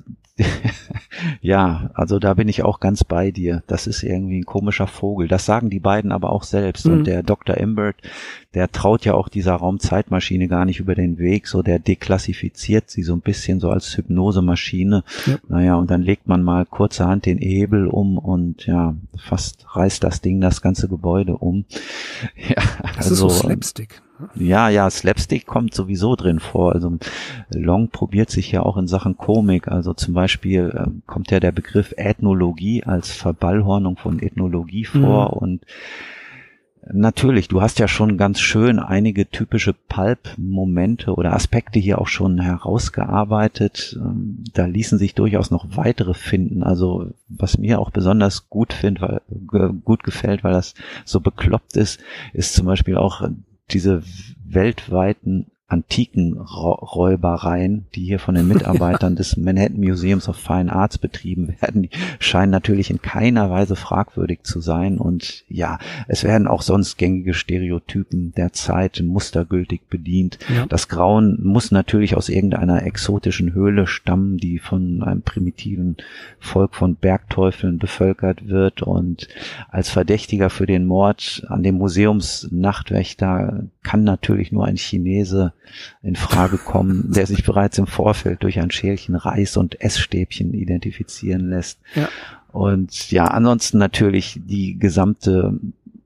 ja, also da bin ich auch ganz bei dir. Das ist irgendwie ein komischer Vogel. Das sagen die beiden aber auch selbst. Mhm. Und der Doktor Imbert, der traut ja auch dieser Raumzeitmaschine gar nicht über den Weg. So, der deklassifiziert sie so ein bisschen so als Hypnosemaschine. Ja. Naja, und dann legt man mal kurzerhand den Hebel um und ja, fast reißt das Ding das ganze Gebäude um. Ja, das also, ist so Slapstick. Ja, ja, Slapstick kommt sowieso drin vor. Also Long probiert sich ja auch in Sachen Komik. Also zum Beispiel äh, kommt ja der Begriff Ethnologie als Verballhornung von Ethnologie vor. Mhm. Und natürlich, du hast ja schon ganz schön einige typische Pulp-Momente oder Aspekte hier auch schon herausgearbeitet. Ähm, da ließen sich durchaus noch weitere finden. Also was mir auch besonders gut find, weil, g- gut gefällt, weil das so bekloppt ist, ist zum Beispiel auch diese weltweiten antiken Räubereien, die hier von den Mitarbeitern des Manhattan Museums of Fine Arts betrieben werden, die scheinen natürlich in keiner Weise fragwürdig zu sein. Und ja, es werden auch sonst gängige Stereotypen der Zeit mustergültig bedient. Ja. Das Grauen muss natürlich aus irgendeiner exotischen Höhle stammen, die von einem primitiven Volk von Bergteufeln bevölkert wird. Und als Verdächtiger für den Mord an dem Museumsnachtwächter kann natürlich nur ein Chinese in Frage kommen, der sich bereits im Vorfeld durch ein Schälchen Reis und Essstäbchen identifizieren lässt. Ja. Und ja, ansonsten natürlich die gesamte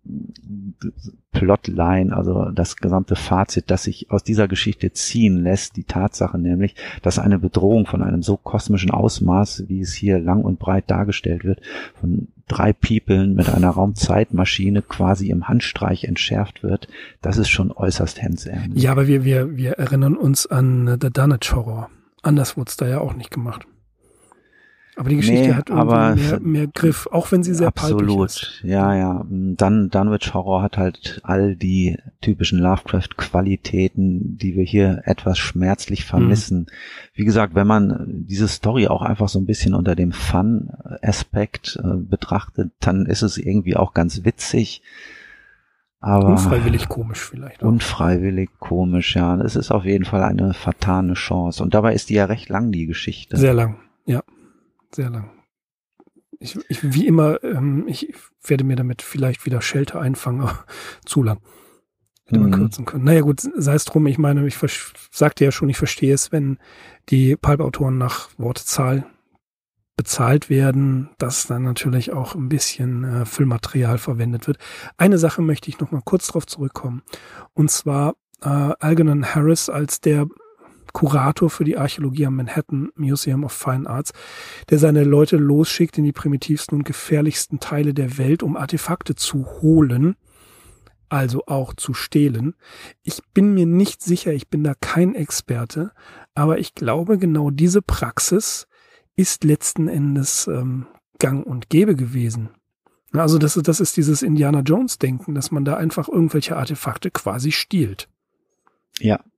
Plotline, also das gesamte Fazit, das sich aus dieser Geschichte ziehen lässt, die Tatsache nämlich, dass eine Bedrohung von einem so kosmischen Ausmaß, wie es hier lang und breit dargestellt wird, von drei Peoplen mit einer Raumzeitmaschine quasi im Handstreich entschärft wird, das ist schon äußerst hemsärmlich. Ja, aber wir, wir, wir erinnern uns an The Dunwich Horror. Anders wurde es da ja auch nicht gemacht. Aber die Geschichte nee, hat irgendwie mehr, mehr Griff, auch wenn sie sehr absolut, palpig ist. Ja, ja. Dann Dunwich Horror hat halt all die typischen Lovecraft-Qualitäten, die wir hier etwas schmerzlich vermissen. Mhm. Wie gesagt, wenn man diese Story auch einfach so ein bisschen unter dem Fun-Aspekt äh, betrachtet, dann ist es irgendwie auch ganz witzig. Aber unfreiwillig komisch vielleicht. Auch. Unfreiwillig komisch, ja. Es ist auf jeden Fall eine vertane Chance. Und dabei ist die ja recht lang, die Geschichte. Sehr lang, ja. Sehr lang. Ich, ich, wie immer, ähm, ich werde mir damit vielleicht wieder Shelter einfangen, aber zu lang. Hätte man mhm. kürzen können. Naja gut, sei es drum, ich meine, ich vers- sagte ja schon, ich verstehe es, wenn die Pulp-Autoren nach Wortzahl bezahlt werden, dass dann natürlich auch ein bisschen äh, Füllmaterial verwendet wird. Eine Sache möchte ich noch mal kurz drauf zurückkommen. Und zwar äh, Algernon Harris als der Kurator für die Archäologie am Manhattan Museum of Fine Arts, der seine Leute losschickt in die primitivsten und gefährlichsten Teile der Welt, um Artefakte zu holen, also auch zu stehlen. Ich bin mir nicht sicher, ich bin da kein Experte, aber ich glaube, genau diese Praxis ist letzten Endes ähm, gang und gäbe gewesen. Also das ist, das ist dieses Indiana Jones-Denken, dass man da einfach irgendwelche Artefakte quasi stiehlt. Ja.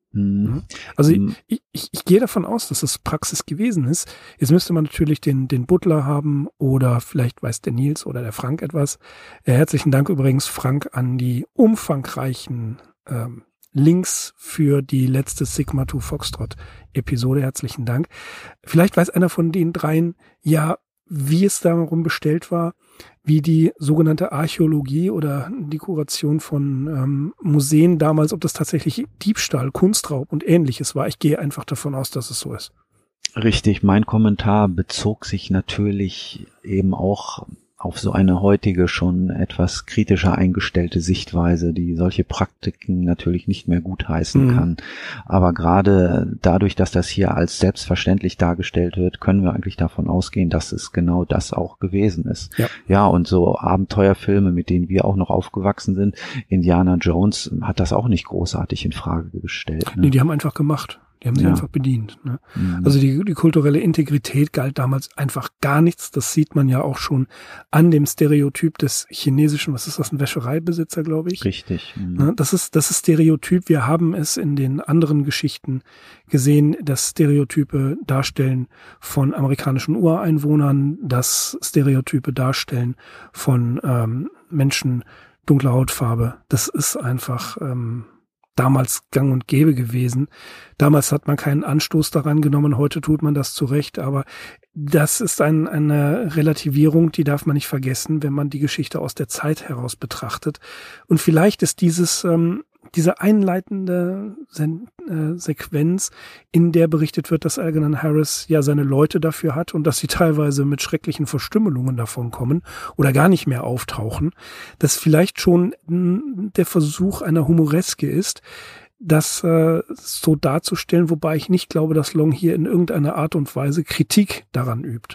Mhm. Also mhm. ich, ich, ich gehe davon aus, dass es Praxis gewesen ist. Jetzt müsste man natürlich den, den Butler haben oder vielleicht weiß der Nils oder der Frank etwas. Äh, herzlichen Dank übrigens, Frank, an die umfangreichen ähm, Links für die letzte Sigma zwei Foxtrot Episode. Herzlichen Dank. Vielleicht weiß einer von den dreien ja, wie es darum bestellt war, wie die sogenannte Archäologie oder die Kuration von ähm, Museen damals, ob das tatsächlich Diebstahl, Kunstraub und Ähnliches war. Ich gehe einfach davon aus, dass es so ist. Richtig, mein Kommentar bezog sich natürlich eben auch auf so eine heutige, schon etwas kritischer eingestellte Sichtweise, die solche Praktiken natürlich nicht mehr gutheißen Mhm. kann. Aber gerade dadurch, dass das hier als selbstverständlich dargestellt wird, können wir eigentlich davon ausgehen, dass es genau das auch gewesen ist. Ja. Ja, und so Abenteuerfilme, mit denen wir auch noch aufgewachsen sind, Indiana Jones hat das auch nicht großartig in Frage gestellt. Ne? Nee, die haben einfach gemacht. Die haben sich Ja. einfach bedient. Ne? Mhm. Also die, die kulturelle Integrität galt damals einfach gar nichts. Das sieht man ja auch schon an dem Stereotyp des chinesischen, was ist das, ein Wäschereibesitzer, glaube ich. Richtig. Mhm. Ne? Das ist, das ist Stereotyp. Wir haben es in den anderen Geschichten gesehen, dass Stereotype darstellen von amerikanischen Ureinwohnern, dass Stereotype darstellen von ähm, Menschen dunkler Hautfarbe. Das ist einfach ähm, damals gang und gäbe gewesen. Damals hat man keinen Anstoß daran genommen, heute tut man das zu Recht, aber das ist ein, eine Relativierung, die darf man nicht vergessen, wenn man die Geschichte aus der Zeit heraus betrachtet. Und vielleicht ist dieses, ähm, diese einleitende Se- äh, Sequenz, in der berichtet wird, dass Algernon Harris ja seine Leute dafür hat und dass sie teilweise mit schrecklichen Verstümmelungen davon kommen oder gar nicht mehr auftauchen, dass vielleicht schon mh, der Versuch einer Humoreske ist, das äh, so darzustellen, wobei ich nicht glaube, dass Long hier in irgendeiner Art und Weise Kritik daran übt.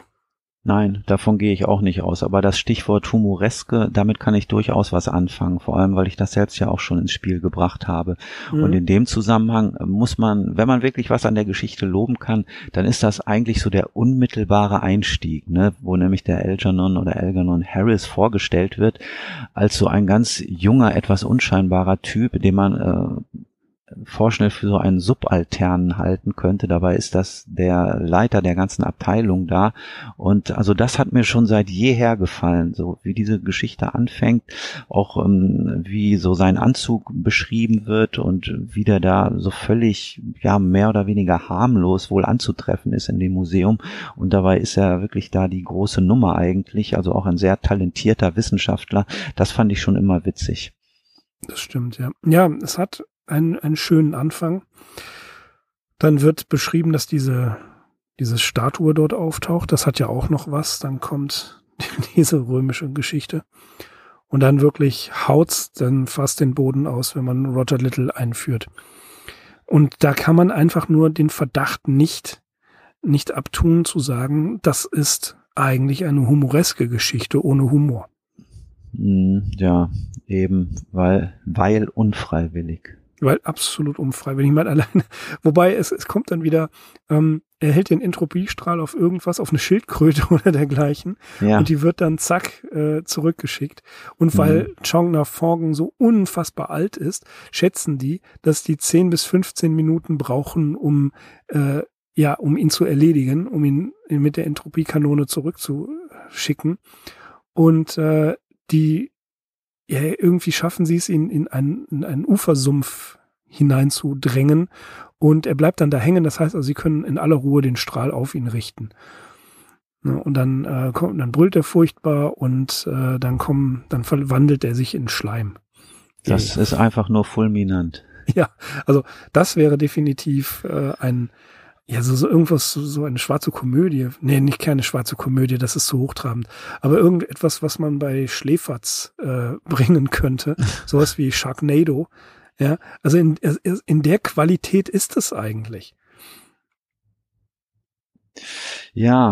Nein, davon gehe ich auch nicht aus. Aber das Stichwort Humoreske, damit kann ich durchaus was anfangen. Vor allem, weil ich das selbst ja auch schon ins Spiel gebracht habe. Mhm. Und in dem Zusammenhang muss man, wenn man wirklich was an der Geschichte loben kann, dann ist das eigentlich so der unmittelbare Einstieg, ne, wo nämlich der Algernon oder Algernon Harris vorgestellt wird als so ein ganz junger, etwas unscheinbarer Typ, den man äh, vorschnell für so einen Subalternen halten könnte. Dabei ist das der Leiter der ganzen Abteilung da. Und also das hat mir schon seit jeher gefallen, so wie diese Geschichte anfängt, auch ähm, wie so sein Anzug beschrieben wird und wie der da so völlig, ja, mehr oder weniger harmlos wohl anzutreffen ist in dem Museum. Und dabei ist er wirklich da die große Nummer eigentlich, also auch ein sehr talentierter Wissenschaftler. Das fand ich schon immer witzig. Das stimmt, ja. Ja, es hat einen, einen schönen Anfang. Dann wird beschrieben, dass diese, diese Statue dort auftaucht. Das hat ja auch noch was. Dann kommt diese römische Geschichte. Und dann wirklich haut's dann fast den Boden aus, wenn man Roger Little einführt. Und da kann man einfach nur den Verdacht nicht, nicht abtun, zu sagen, das ist eigentlich eine humoreske Geschichte ohne Humor. Ja, eben, weil, weil unfreiwillig. Weil absolut unfreiwillig, mal alleine. Wobei es, es kommt dann wieder, ähm, er hält den Entropiestrahl auf irgendwas, auf eine Schildkröte oder dergleichen. Ja. Und die wird dann zack äh, zurückgeschickt. Und weil Mhm. Chong Na-Forgan so unfassbar alt ist, schätzen die, dass die zehn bis fünfzehn Minuten brauchen, um äh, ja, um ihn zu erledigen, um ihn mit der Entropiekanone zurückzuschicken. Und äh, die ja, irgendwie schaffen sie es, ihn in einen, in einen Ufersumpf hineinzudrängen und er bleibt dann da hängen. Das heißt also, sie können in aller Ruhe den Strahl auf ihn richten. Ja, und dann äh, kommt, dann brüllt er furchtbar und äh, dann kommen, dann verwandelt er sich in Schleim. Das ja. ist einfach nur fulminant. Ja, also das wäre definitiv äh, ein Ja, so, so irgendwas, so, so eine schwarze Komödie. Nee, nicht keine schwarze Komödie, das ist so hochtrabend. Aber irgendetwas, was man bei Schläferz äh, bringen könnte. Sowas wie Sharknado. Ja, also in, in der Qualität ist es eigentlich. Ja,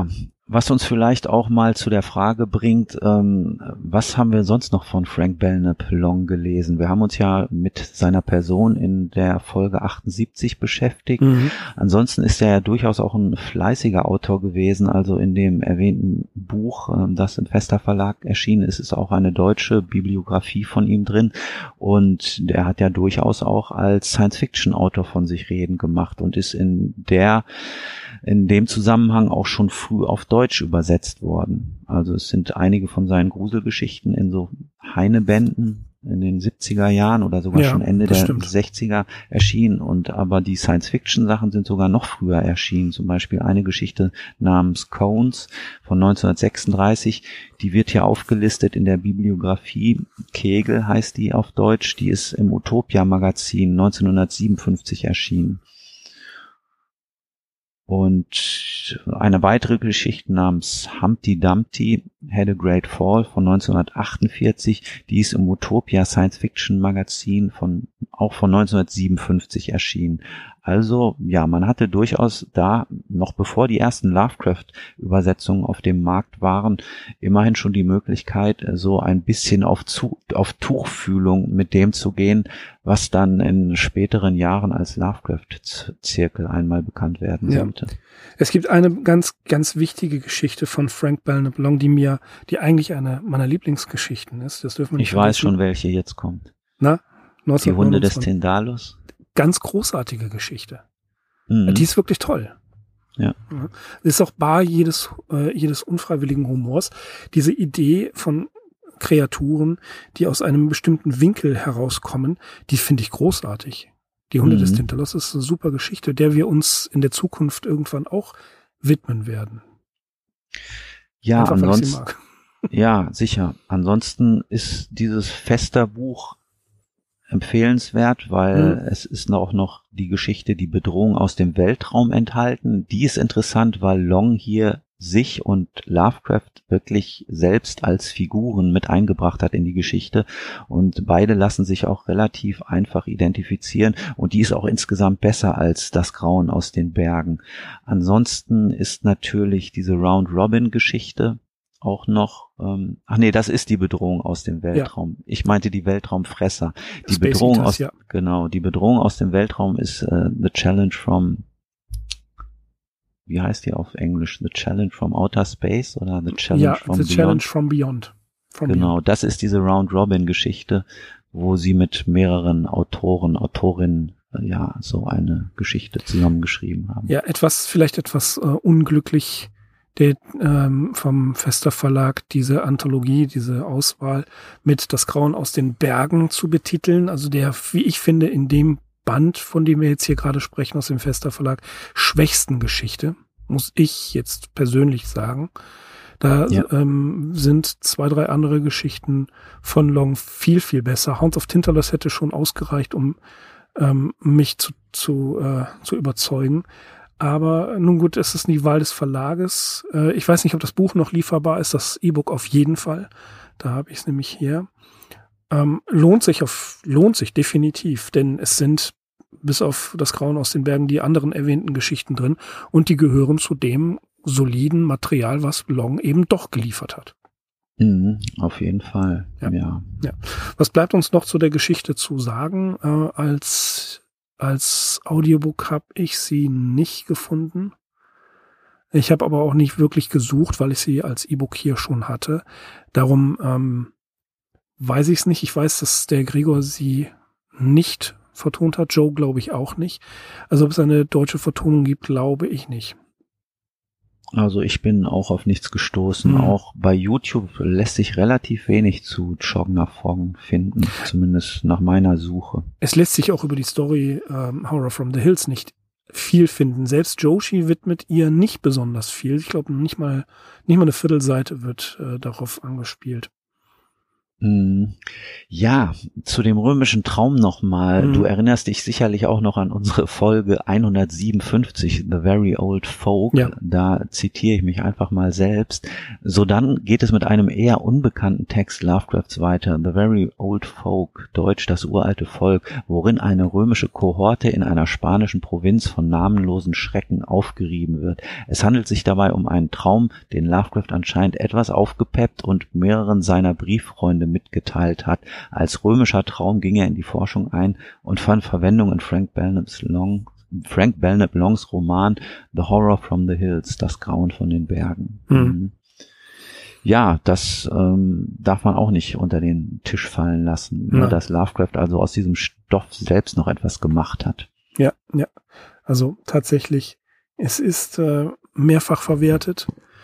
Was uns vielleicht auch mal zu der Frage bringt, ähm, was haben wir sonst noch von Frank Belknap Long gelesen? Wir haben uns ja mit seiner Person in der Folge achtundsiebzig beschäftigt. Mhm. Ansonsten ist er ja durchaus auch ein fleißiger Autor gewesen. Also in dem erwähnten Buch, ähm, das im Vesta Verlag erschienen ist, ist auch eine deutsche Bibliografie von ihm drin. Und der hat ja durchaus auch als Science-Fiction-Autor von sich reden gemacht und ist in der in dem Zusammenhang auch schon früh auf Deutsch übersetzt worden. Also es sind einige von seinen Gruselgeschichten in so Heine-Bänden in den siebziger Jahren oder sogar ja, schon Ende der stimmt. sechziger erschienen. Und aber die Science-Fiction-Sachen sind sogar noch früher erschienen. Zum Beispiel eine Geschichte namens Cones von neunzehnhundertsechsunddreißig. Die wird hier aufgelistet in der Bibliografie. Kegel heißt die auf Deutsch. Die ist im Utopia-Magazin neunzehnhundertsiebenundfünfzig erschienen. Und eine weitere Geschichte namens Humpty Dumpty Had a Great Fall von neunzehnhundertachtundvierzig, die ist im Utopia Science Fiction Magazin von auch von neunzehnhundertsiebenundfünfzig erschienen. Also ja, man hatte durchaus da, noch bevor die ersten Lovecraft-Übersetzungen auf dem Markt waren, immerhin schon die Möglichkeit, so ein bisschen auf, zu, auf Tuchfühlung mit dem zu gehen, was dann in späteren Jahren als Lovecraft-Zirkel einmal bekannt werden sollte. Ja. Es gibt eine ganz, ganz wichtige Geschichte von Frank Belknap Long, die mir, die eigentlich eine meiner Lieblingsgeschichten ist. Das dürfen wir nicht Ich weiß schon, welche jetzt kommt. Na? Die Hunde des Tindalus. Ganz großartige Geschichte. Mhm. Die ist wirklich toll. Ja. Ja. Ist auch bar jedes, äh, jedes unfreiwilligen Humors. Diese Idee von Kreaturen, die aus einem bestimmten Winkel herauskommen, die finde ich großartig. Die Hunde mhm. des Tintalos ist eine super Geschichte, der wir uns in der Zukunft irgendwann auch widmen werden. Ja, Einfach, ansonsten, ja, sicher. Ansonsten ist dieses Vesta-Buch empfehlenswert, weil mhm. es ist auch noch die Geschichte, die Bedrohung aus dem Weltraum enthalten. Die ist interessant, weil Long hier sich und Lovecraft wirklich selbst als Figuren mit eingebracht hat in die Geschichte und beide lassen sich auch relativ einfach identifizieren und die ist auch insgesamt besser als das Grauen aus den Bergen. Ansonsten ist natürlich diese Round-Robin-Geschichte auch noch, ähm, ach nee, das ist die Bedrohung aus dem Weltraum. Ja. Ich meinte die Weltraumfresser. Die Space Bedrohung Eaters, aus, ja. genau, die Bedrohung aus dem Weltraum ist uh, The Challenge from, wie heißt die auf Englisch? The Challenge from Outer Space oder The Challenge ja, from The Beyond? Challenge from Beyond. From genau, Beyond. Das ist diese Round-Robin-Geschichte, wo sie mit mehreren Autoren, Autorinnen ja so eine Geschichte zusammengeschrieben haben. Ja, etwas, vielleicht etwas äh, unglücklich der ähm, vom Vesta Verlag diese Anthologie, diese Auswahl mit Das Grauen aus den Bergen zu betiteln. Also der, wie ich finde, in dem Band, von dem wir jetzt hier gerade sprechen, aus dem Vesta Verlag, schwächsten Geschichte, muss ich jetzt persönlich sagen. Da ja. ähm, sind zwei, drei andere Geschichten von Long viel, viel besser. Hounds of Tintalos hätte schon ausgereicht, um ähm, mich zu, zu, äh, zu überzeugen. Aber nun gut, es ist die Wahl des Verlages. Äh, ich weiß nicht, ob das Buch noch lieferbar ist, das E-Book auf jeden Fall. Da habe ich es nämlich hier. Ähm, lohnt sich auf, lohnt sich definitiv, denn es sind bis auf Das Grauen aus den Bergen die anderen erwähnten Geschichten drin und die gehören zu dem soliden Material, was Long eben doch geliefert hat. Mhm, auf jeden Fall, ja. ja. ja. Was bleibt uns noch zu der Geschichte zu sagen? Äh, als Als Audiobook habe ich sie nicht gefunden. Ich habe aber auch nicht wirklich gesucht, weil ich sie als E-Book hier schon hatte. Darum ähm, weiß ich es nicht. Ich weiß, dass der Gregor sie nicht vertont hat. Joe glaube ich auch nicht. Also ob es eine deutsche Vertonung gibt, glaube ich nicht. Also ich bin auch auf nichts gestoßen. Mhm. Auch bei YouTube lässt sich relativ wenig zu Chog-na-Fong finden, zumindest nach meiner Suche. Es lässt sich auch über die Story ähm, Horror from the Hills nicht viel finden. Selbst Joshi widmet ihr nicht besonders viel. Ich glaube, nicht mal nicht mal eine Viertelseite wird äh, darauf angespielt. Ja, zu dem römischen Traum nochmal. Mhm. Du erinnerst dich sicherlich auch noch an unsere Folge hundertsiebenundfünfzig, The Very Old Folk. Ja. Da zitiere ich mich einfach mal selbst. So, dann geht es mit einem eher unbekannten Text Lovecrafts weiter. The Very Old Folk, Deutsch das uralte Volk, worin eine römische Kohorte in einer spanischen Provinz von namenlosen Schrecken aufgerieben wird. Es handelt sich dabei um einen Traum, den Lovecraft anscheinend etwas aufgepeppt und mehreren seiner Brieffreunde mitgeteilt hat. Als römischer Traum ging er in die Forschung ein und fand Verwendung in Frank Belknap's Long, Frank Belknap Longs Roman The Horror from the Hills, das Grauen von den Bergen. Mhm. Ja, das ähm, darf man auch nicht unter den Tisch fallen lassen, ja. Dass Lovecraft also aus diesem Stoff selbst noch etwas gemacht hat. Ja, ja. Also tatsächlich, es ist äh, mehrfach verwertet.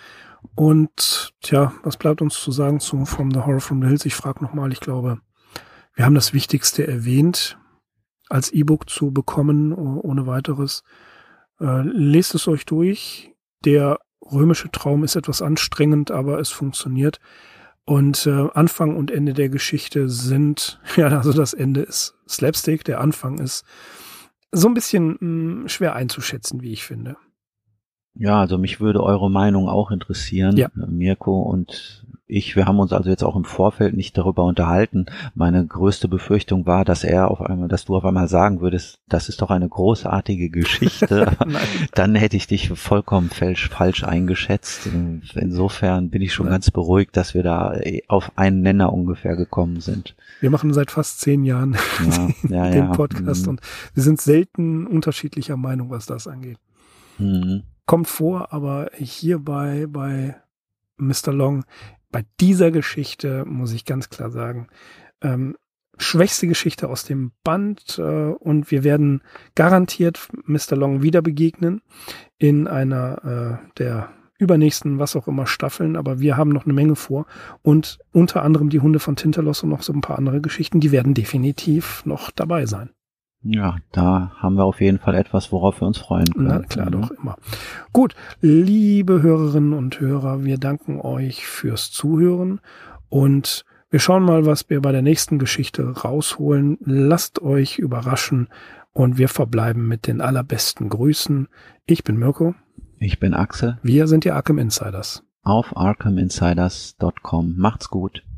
Und tja, was bleibt uns zu sagen zu From the Horror from the Hills? Ich frage nochmal, ich glaube, wir haben das Wichtigste erwähnt, als E-Book zu bekommen, ohne weiteres. Äh, lest es euch durch. Der römische Traum ist etwas anstrengend, aber es funktioniert. Und äh, Anfang und Ende der Geschichte sind, ja, also das Ende ist Slapstick, der Anfang ist so ein bisschen mh, schwer einzuschätzen, wie ich finde. Ja, also mich würde eure Meinung auch interessieren, ja. Mirko und ich, wir haben uns also jetzt auch im Vorfeld nicht darüber unterhalten. Meine größte Befürchtung war, dass er auf einmal, dass du auf einmal sagen würdest, das ist doch eine großartige Geschichte. Dann hätte ich dich vollkommen falsch, falsch eingeschätzt. Insofern bin ich schon ja. ganz beruhigt, dass wir da auf einen Nenner ungefähr gekommen sind. Wir machen seit fast zehn Jahren ja, ja, den Podcast ja. und wir sind selten unterschiedlicher Meinung, was das angeht. Mhm. Kommt vor, aber hier bei, bei Mister Long, bei dieser Geschichte muss ich ganz klar sagen, ähm, schwächste Geschichte aus dem Band äh, und wir werden garantiert Mister Long wieder begegnen in einer äh, der übernächsten, was auch immer, Staffeln, aber wir haben noch eine Menge vor und unter anderem die Hunde von Tintalos und noch so ein paar andere Geschichten, die werden definitiv noch dabei sein. Ja, da haben wir auf jeden Fall etwas, worauf wir uns freuen können. Na klar, mhm. doch immer. Gut, liebe Hörerinnen und Hörer, wir danken euch fürs Zuhören und wir schauen mal, was wir bei der nächsten Geschichte rausholen. Lasst euch überraschen und wir verbleiben mit den allerbesten Grüßen. Ich bin Mirko. Ich bin Axel. Wir sind die Arkham Insiders. Auf arkham insiders dot com. Macht's gut.